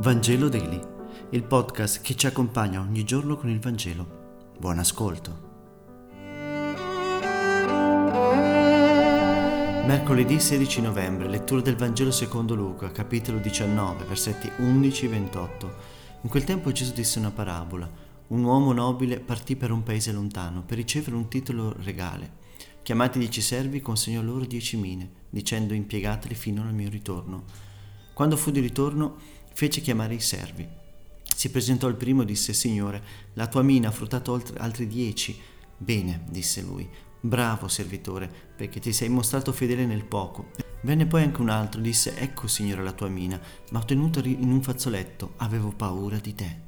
Vangelo Daily, il podcast che ci accompagna ogni giorno con il Vangelo. Buon ascolto. Mercoledì 16 novembre, lettura del Vangelo secondo Luca, capitolo 19, versetti 11-28. In quel tempo Gesù disse una parabola. Un uomo nobile partì per un paese lontano per ricevere un titolo regale. Chiamati 10 servi, consegnò loro 10 mine, dicendo: impiegateli fino al mio ritorno. Quando fu di ritorno, fece chiamare i servi. Si presentò il primo e disse: Signore, la tua mina ha fruttato altri 10. Bene, disse lui, bravo servitore, perché ti sei mostrato fedele nel poco. Venne poi anche un altro, disse: Ecco, Signore, la tua mina, ma ho tenuto in un fazzoletto, avevo paura di te.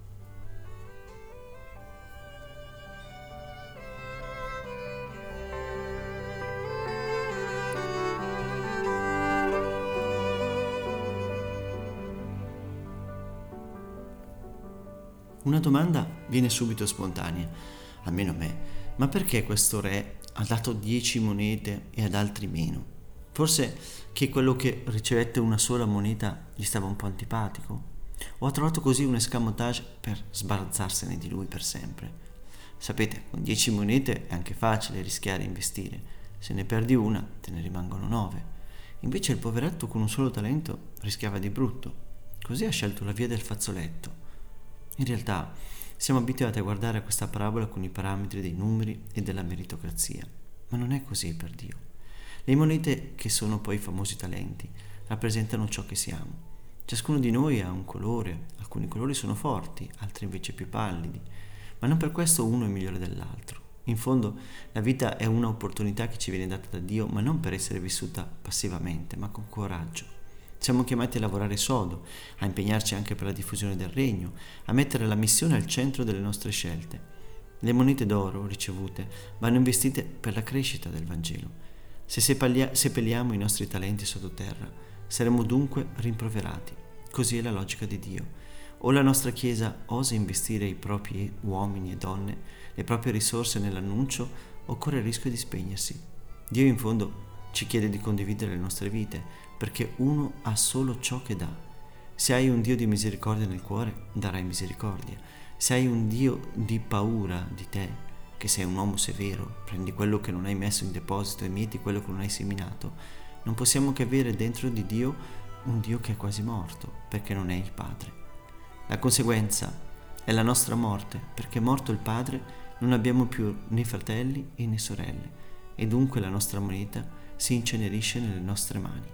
Una domanda viene subito spontanea, almeno a me. Ma perché questo re ha dato 10 monete e ad altri meno? Forse che quello che ricevette una sola moneta gli stava un po' antipatico? O ha trovato così un escamotage per sbarazzarsene di lui per sempre? Sapete, con 10 monete è anche facile rischiare e investire. Se ne perdi una, te ne rimangono 9. Invece il poveretto con un solo talento rischiava di brutto. Così ha scelto la via del fazzoletto. In realtà siamo abituati a guardare questa parabola con i parametri dei numeri e della meritocrazia, ma non è così per Dio. Le monete, che sono poi i famosi talenti, rappresentano ciò che siamo. Ciascuno di noi ha un colore, alcuni colori sono forti, altri invece più pallidi, ma non per questo uno è migliore dell'altro. In fondo la vita è un'opportunità che ci viene data da Dio, ma non per essere vissuta passivamente, ma con coraggio. Siamo chiamati a lavorare sodo, a impegnarci anche per la diffusione del regno, a mettere la missione al centro delle nostre scelte. Le monete d'oro ricevute vanno investite per la crescita del Vangelo. Se seppelliamo i nostri talenti sottoterra, saremo dunque rimproverati. Così è la logica di Dio. O la nostra Chiesa osa investire i propri uomini e donne, le proprie risorse nell'annuncio, o corre il rischio di spegnersi. Dio in fondo ci chiede di condividere le nostre vite, perché uno ha solo ciò che dà. Se hai un Dio di misericordia nel cuore, darai misericordia. Se hai un Dio di paura di te, che sei un uomo severo, prendi quello che non hai messo in deposito e mieti quello che non hai seminato, non possiamo che avere dentro di Dio un Dio che è quasi morto, perché non è il Padre. La conseguenza è la nostra morte, perché morto il Padre non abbiamo più né fratelli né sorelle, e dunque la nostra moneta si incenerisce nelle nostre mani.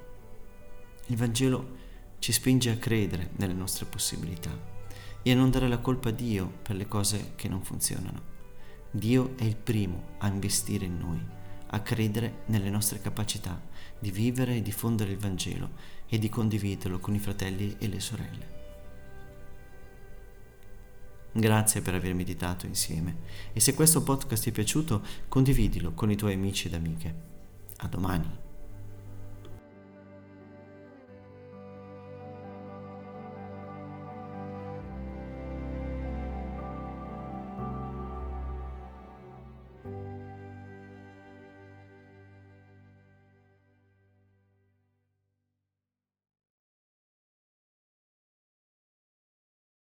Il Vangelo ci spinge a credere nelle nostre possibilità e a non dare la colpa a Dio per le cose che non funzionano. Dio è il primo a investire in noi, a credere nelle nostre capacità di vivere e diffondere il Vangelo e di condividerlo con i fratelli e le sorelle. Grazie per aver meditato insieme e se questo podcast ti è piaciuto, condividilo con i tuoi amici ed amiche. A domani.